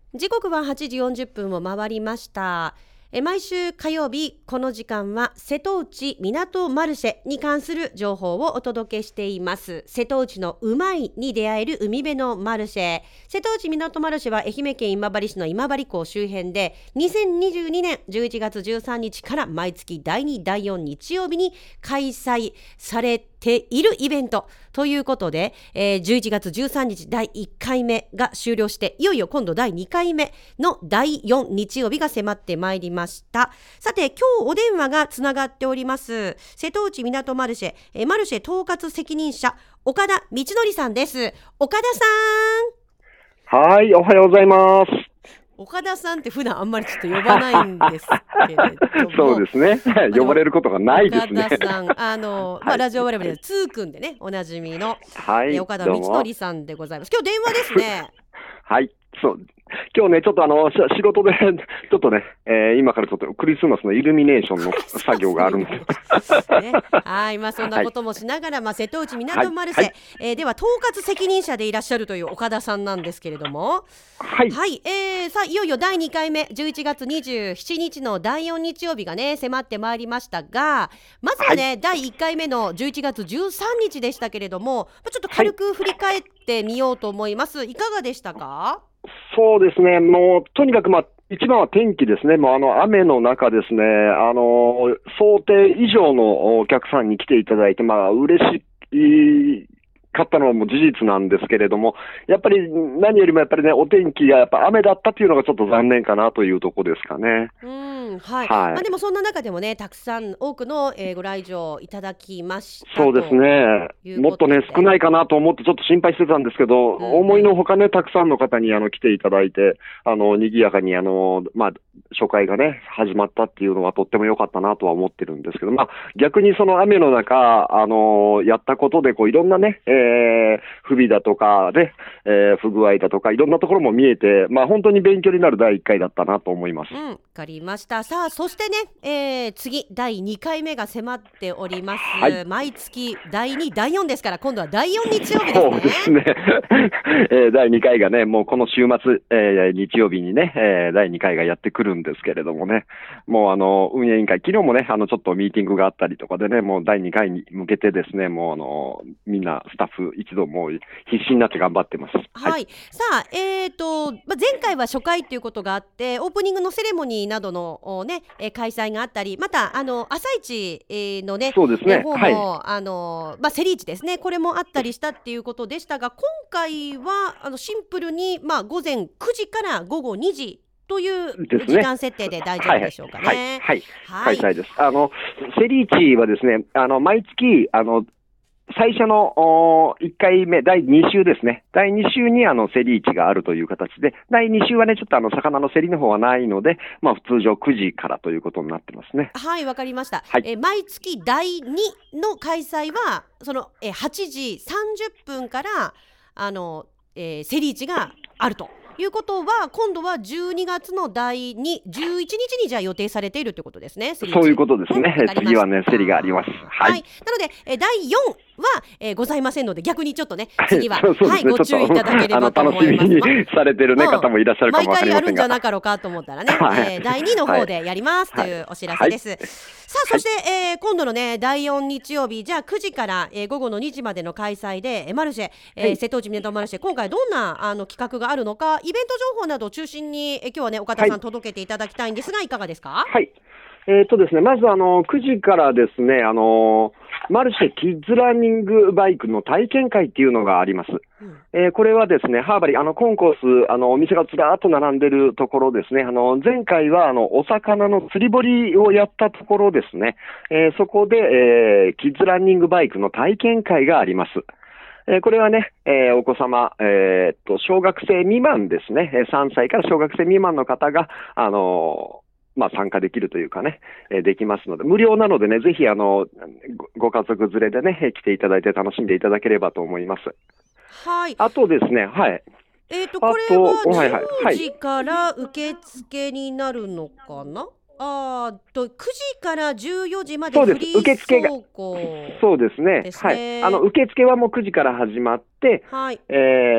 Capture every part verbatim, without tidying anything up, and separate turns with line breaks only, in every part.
時刻ははちじよんじゅっぷんを回りました。え毎週火曜日この時間は瀬戸内港マルシェに関する情報をお届けしています。瀬戸内のうまいに出会える海辺のマルシェ。瀬戸内港マルシェは愛媛県今治市の今治港周辺でにせんにじゅうにねんじゅういちがつじゅうさんにちから毎月だいにだいよん日曜日に開催されているイベントということで、えー、じゅういちがつじゅうさんにちだいいっかいめが終了して、いよいよ今度だいにかいめのだいよん日曜日が迫ってまいりました。さて、今日お電話がつながっております。瀬戸内港マルシェ、えー、マルシェ統括責任者岡田道則さんです。岡田さ
ん、はい、おはようございます。
岡田さんって普段あんまりちょっと呼ばないんですけれども
そうですね、呼ばれることがないですね。
岡田さん、あの、まあ、ラジオ我々でツーくんでねおなじみの、
はい、
岡田道則さんでございます。今日電話ですね。
はい、そう、今日ねちょっとあの仕事でちょっとね、えー、今からちょっとクリスマスのイルミネーションの作業があるんです
ね、はい、まあそんなこともしながら、はい、まあ、瀬戸内港マルシェ、はい、えー、では統括責任者でいらっしゃるという岡田さんなんですけれども、
はい、
はい、えー、さあいよいよだいにかいめじゅういちがつにじゅうしちにちのだいよん日曜日がね迫ってまいりましたが、まずはね、はい、だいいっかいめのじゅういちがつじゅうさんにちでしたけれども、ちょっと軽く振り返ってみようと思います。いかがでしたか？
そうですね、もうとにかく、まあ、一番は天気ですね。もうあの雨の中ですね、あの想定以上のお客さんに来ていただいて、まあ嬉しいかったのはもう事実なんですけれども、やっぱり何よりもやっぱりね、お天気がやっぱ雨だったというのがちょっと残念かなというところですかね。
うん、はい、
はい、
まあ、でもそんな中でもね、たくさん多くの、えー、ご来場いただきました。
そうですね、もっとね少ないかなと思ってちょっと心配してたんですけど、うん、思いのほかねたくさんの方にあの来ていただいて、あの賑やかにあの、まあ、初回がね始まったっていうのはとっても良かったなとは思ってるんですけど、まあ、逆にその雨の中あのやったことでこういろんなね、えーえー、不備だとかで、えー、不具合だとかいろんなところも見えて、まあ、本当に勉強になるだいいっかいだったなと思います。
うん、わかりました。さあそしてね、えー、次だいにかいめが迫っております、はい、毎月だいにだいよんですから、今度はだいよん日曜日ですね。
そうですね、えー、だいにかいがねもうこの週末、えー、日曜日にね、えー、だいにかいがやってくるんですけれどもね、もうあの運営委員会昨日もねあのちょっとミーティングがあったりとかでね、もうだいにかいに向けてですね、もうあのみんなスタッフ一度もう必死になって頑張ってます。
はい、はい、さあ、えーとまあ、前回は初回ということがあって、オープニングのセレモニーなどの、ね、開催があったり、またあの朝市のね、
そうですね、
方も、はい、あのまあ、セリーチですね、これもあったりしたっていうことでしたが、今回はあのシンプルに、まあ、午前くじからごごにじという時間設定で大丈夫でしょうかね。
はい、はいはい、はい、開催です。あのセリーチはですね、あの毎月あの最初のいっかいめだいに週ですね、だいに週にあの競り市があるという形で、だいに週はねちょっとあの魚の競りの方はないので、まあ、通常くじからということになってますね。
はい、わかりました。
はい、
え毎月だいにの開催はそのえはちじさんじゅっぷんからあの、えー、競り市があるということは、今度はじゅうにがつのだいに、じゅういちにちにじゃあ予定されているということですね。
そういうことですね。次はね競りがあります。はい、
はい、なのでえだいよんは、えー、ございませんので、逆にちょっとね次は、はい、はい、ご注意いただければと思います。
楽しみにされてる、ね、方もいらっしゃるかもわかりませんが、
毎回やるんじゃなかろうかと思ったらね、はい、えー、だいにの方でやります、はい、というお知らせです。はい、さあそして、はい、えー、今度のねだいよん日曜日、じゃあくじから、えー、午後のにじまでの開催で、えー、マルシェ、えーはい、瀬戸内港マルシェ、今回どんなあの企画があるのか、イベント情報などを中心に、えー、今日はね岡田さん、はい、届けていただきたいんですが、いかがですか？
はい、えーとですね、まずあのくじからですね、あのマルシェキッズランニングバイクの体験会っていうのがあります。うん、えー、これはですね、ハーバリーあのコンコース、あのお店がずらーっと並んでるところですね。あの前回はあのお魚の釣り堀をやったところですね。えー、そこで、えー、キッズランニングバイクの体験会があります。えー、これはね、えー、お子様、えー、っと小学生未満ですね、さんさいから小学生未満の方があのーまあ、参加できるというかね、えー、できますので、無料なのでね、ぜひあの ご, ご家族連れでね来ていただいて楽しんでいただければと思います。
はい。
あとですね、はい。
えっとこれはじゅうじから受付になるのかな？あとくじからじゅうよじまでフリー走行。
そうですね。はい。あの受付はもうくじから始まって、
はい。
えー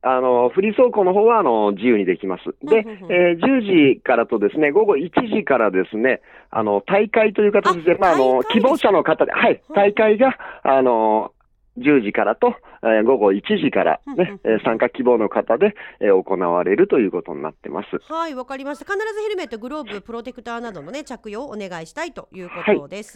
あの、フリー走行の方は、あの、自由にできます。で、
うんうんうん
えーじゅうじからとですね、午後いちじからですね、あの、大会という形で、
あ
まあ、あの、
大会ですか
希望者の方で、はい、大会が、あの、じゅうじからと、えー午後いちじから
うんうんうん
ね、えー参加希望の方で、えー行われるということになってます。
はい、わかりました。必ずヘルメット、グローブ、プロテクターなどのね、着用をお願いしたいということです。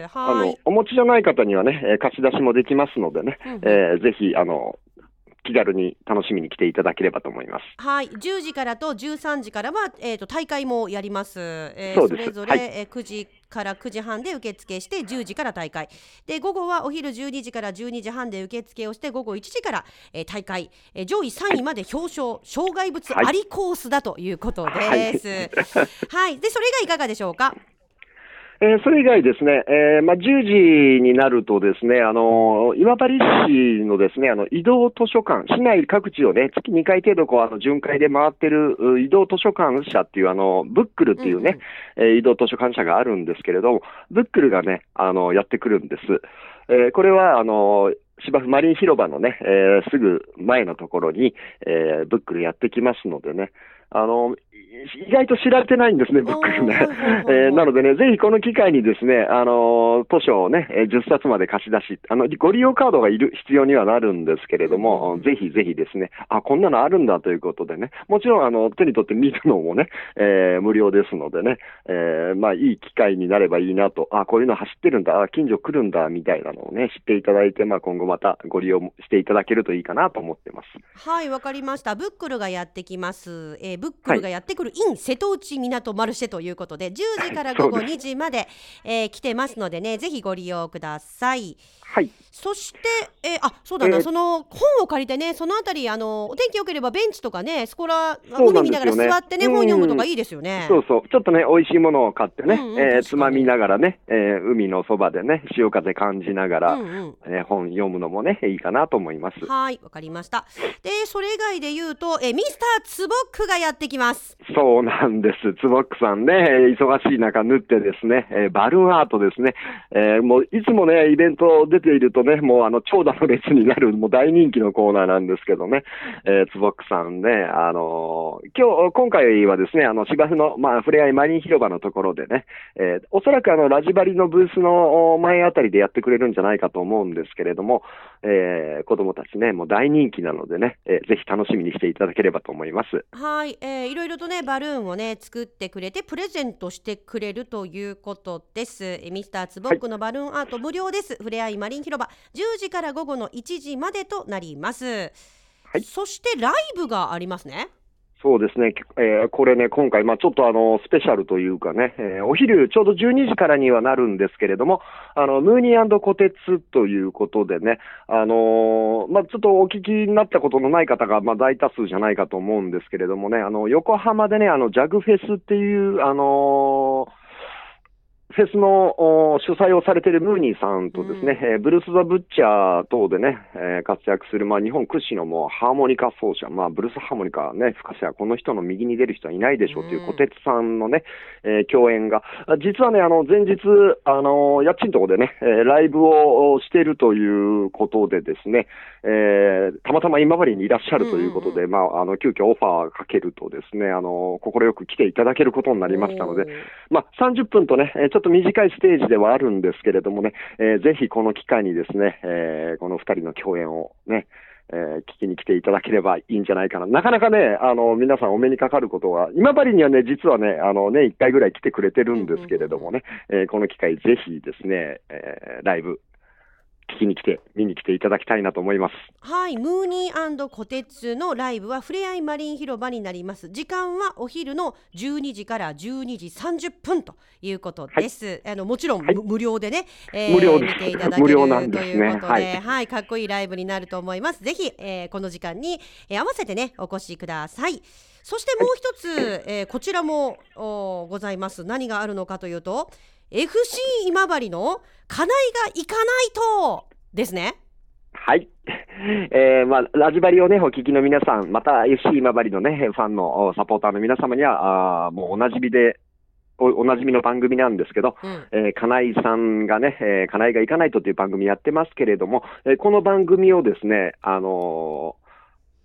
あの
はい。、
お持ちじゃない方にはね、えー貸し出しもできますのでね、
うんうん
えーぜひ、あの、気軽に楽しみに来ていただければと思います。
はい、じゅうじからとじゅうさんじからは、えー、と大会もやります、えー
そうです
それぞれ、
はい
えーくじからくじはんで受付してじゅうじから大会で、午後はお昼じゅうにじからじゅうにじはんで受付をして午後いちじから、えー大会、えー上位さんいまで表彰、障害物ありコースだということです。はい、でそれがいかがでしょうか。
えーそれ以外ですね、えーまあ、じゅうじになるとですね、あのー今治市のですね、あの、移動図書館、市内各地をね、月にかい程度こう、あの、巡回で回ってるう移動図書館社っていう、あの、ブックルっていうね、えー移動図書館社があるんですけれども、ブックルがね、あの、やってくるんです。えーこれは、あの、芝生マリン広場のね、えーすぐ前のところに、えーブックルやってきますのでね、あの、意外と知られてないんですね、ブックルね。
おーはいはいはいはい
えーなのでね、ぜひこの機会にですね、あの、図書をね、えーじゅっさつまで貸し出し、あの、ご利用カードがいる、必要にはなるんですけれども、
うんうんうん
ぜひぜひですね、あ、こんなのあるんだということでね、もちろん、あの、手に取って見るのもね、えー無料ですのでね、えーまあ、いい機会になればいいなと、あ、こういうの走ってるんだ、あ、近所来るんだ、みたいなのをね、知っていただいて、まあ、今後またご利用していただけるといいかなと思ってます。
はい、わかりました。ブックルがやってきます。えーブックルがやってくる in 瀬戸内港マルシェということで、じゅうじから午後にじまで、えー来てますのでね、ぜひご利用ください。
はい。
そして、えーあ、そうだな、
えー
その本を借りてね、そのあたり、あのお天気良ければベンチとかね、そこら、
そうな
海見な
んですよね
がら座ってね、
うん
本読むとかいいですよね。
そうそう。ちょっとね、美味しいものを買ってね、
うんうん
えー
確かに
つまみながらね、えー海のそばでね、潮風感じながら、
うんうん
えー本読むのもね、いいかなと思います。
はい、わかりました。で、それ以外で言うと、えーミスターツボックがやってきます。
そうなんです。つぼっくさんね、えー忙しい中縫ってですね、えーバルーンアートですね、えーもういつもね、イベント出ているとね、もうあの、長蛇の列になる、もう大人気のコーナーなんですけどね、えーつぼっくさんね、あのー今日、今回はですね、あの、芝生の、まあ、ふれあいマリン広場のところでね、えーおそらくあの、ラジバリのブースのお前あたりでやってくれるんじゃないかと思うんですけれども、えー子供たちね、もう大人気なのでね、えーぜひ楽しみにしていただければと思います。
はい、えーいろいろとねバルーンをね作ってくれてプレゼントしてくれるということです。えーミスターツボックのバルーンアート無料です。ふれあいマリン広場じゅうじから午後のいちじまでとなります。
はい
そしてライブがありますね。
そうですね、えーこれね、今回、まあ、ちょっとあのスペシャルというかね、えーお昼ちょうどじゅうにじからにはなるんですけれども、あのムーニー&コテツということでね、あのーまあ、ちょっとお聞きになったことのない方が、まあ、大多数じゃないかと思うんですけれどもね、あの横浜でね、あのジャグフェスっていう、あのーフェスのお主催をされているムーニーさんとですね、えーブルース・ザ・ブッチャー等でね、えー活躍する、まあ、日本屈指のもうハーモニカ奏者、まあ、ブルースハーモニカね、深瀬はこの人の右に出る人はいないでしょうという小鉄さんのね、えー共演が、あ実はね、あの、前日、あの、家賃とこでね、えーライブをしているということでですね、えーたまたま今治にいらっしゃるということで、まあ、あの、急遽オファーかけるとですね、あの、快く来ていただけることになりましたので、まあ、さんじゅっぷんとね、えーちょっと短いステージではあるんですけれどもね、えーぜひこの機会にですね、えーこのふたりの共演をね、えー聞きに来ていただければいいんじゃないかな。なかなかね、あの、皆さんお目にかかることは、今治にはね、実はね、あのね、いっかいぐらい来てくれてるんですけれどもね、えーこの機会ぜひですね、えーライブ、聞きに来て、見に来ていただきたいなと思います。
はい、ムーニー&コテツのライブはふれあいマリン広場になります。時間はお昼のじゅうにじからじゅうにじさんじゅっぷんということです。あのもちろん、
はい
む無料でね、えー
無料です
見ていただける
無料なん
と
ですね
いうことで、
はい
はい、かっこいいライブになると思います。ぜひ、えーこの時間に、えー合わせてねお越しください。そしてもう一つ、えーこちらもおございます。何があるのかというと エフシー 今治の金井が行かないとですね。
はい。えー、まあ、ラジバリをね、お聞きの皆さん、また エフシー 今治のね、ファンのおサポーターの皆様には、あーもうおなじみで、おおなじみの番組なんですけど、
うん
えー金井さんがね、えー金井が行かないとという番組やってますけれども、えーこの番組をですね、あのー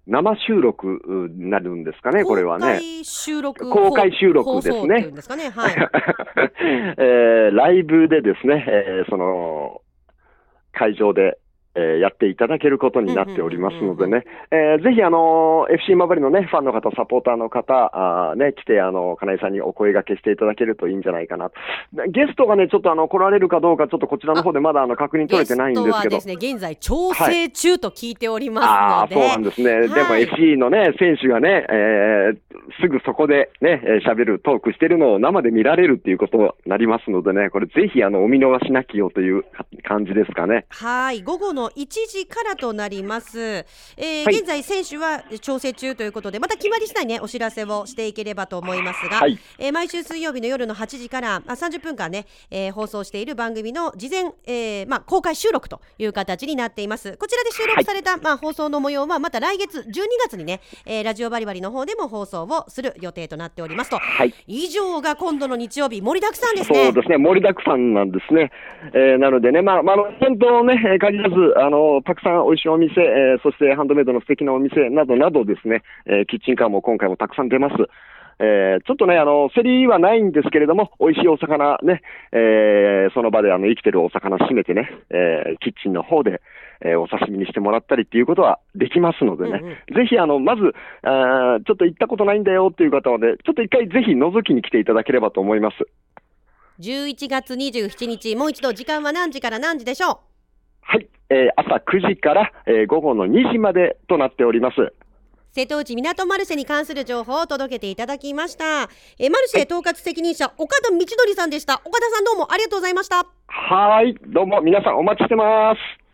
生収録になるんですかね、これはね。
公開収録。
公開収録ですね。
放送っていうんですかね。はい。
えー、ライブでですね、えー、その、会場で、えー、やっていただけることになっておりますのでね、えー、ぜひあの エフシー マバリのね、ファンの方、サポーターの方、あね、来て、あの、金井さんにお声掛けしていただけるといいんじゃないかな。ゲストがね、ちょっとあの、来られるかどうか、ちょっとこちらの方でまだあの、確認取れてないんですけど。ゲストはです
ね、現在調整中と聞いておりますので。
はい、ああ、そうなんですね。はい、でも エフシー のね、選手がね、えー、すぐそこでね、喋る、トークしてるのを生で見られるっていうことになりますのでね、これぜひあの、お見逃しなきよという感じですかね。
はい、午後のいちじからとなります、えーはい、現在選手は調整中ということで、また決まり次第ねお知らせをしていければと思いますが、はい、えー、毎週水曜日の夜のはちじからあさんじゅっぷんかんね、えー、放送している番組の事前、えーまあ、公開収録という形になっています。こちらで収録された、はい、まあ、放送の模様はまた来月じゅうにがつにね、えー、ラジオバリバリの方でも放送をする予定となっておりますと、はい、以上が今度の日曜日盛りだくさんですね。
そうですね、盛りだくさんなんですね。えー、なのでね、まあ、まあ、店頭ね、限らずあのたくさんおいしいお店、えー、そしてハンドメイドの素敵なお店などなどですね、えー、キッチンカーも今回もたくさん出ます。えー、ちょっとね、あの、競りはないんですけれども、美味しいお魚ね、えー、その場であの、生きてるお魚締めてね、えー、キッチンの方で、えー、お刺身にしてもらったりっていうことはできますのでね、うんうん、ぜひあの、まず、あちょっと行ったことないんだよっていう方はね、ちょっと一回ぜひ覗きに来ていただければと思います。
じゅういちがつにじゅうしちにち、もう一度時間は何時から何時でしょう？
はい、えー、朝くじから、えー、午後のにじまでとなっております。
瀬戸内港マルシェに関する情報を届けていただきました。えー、マルシェ統括責任者、岡田道則さんでした。岡田さんどうもありがとうございました。
はい、どうも皆さんお待ちしてます。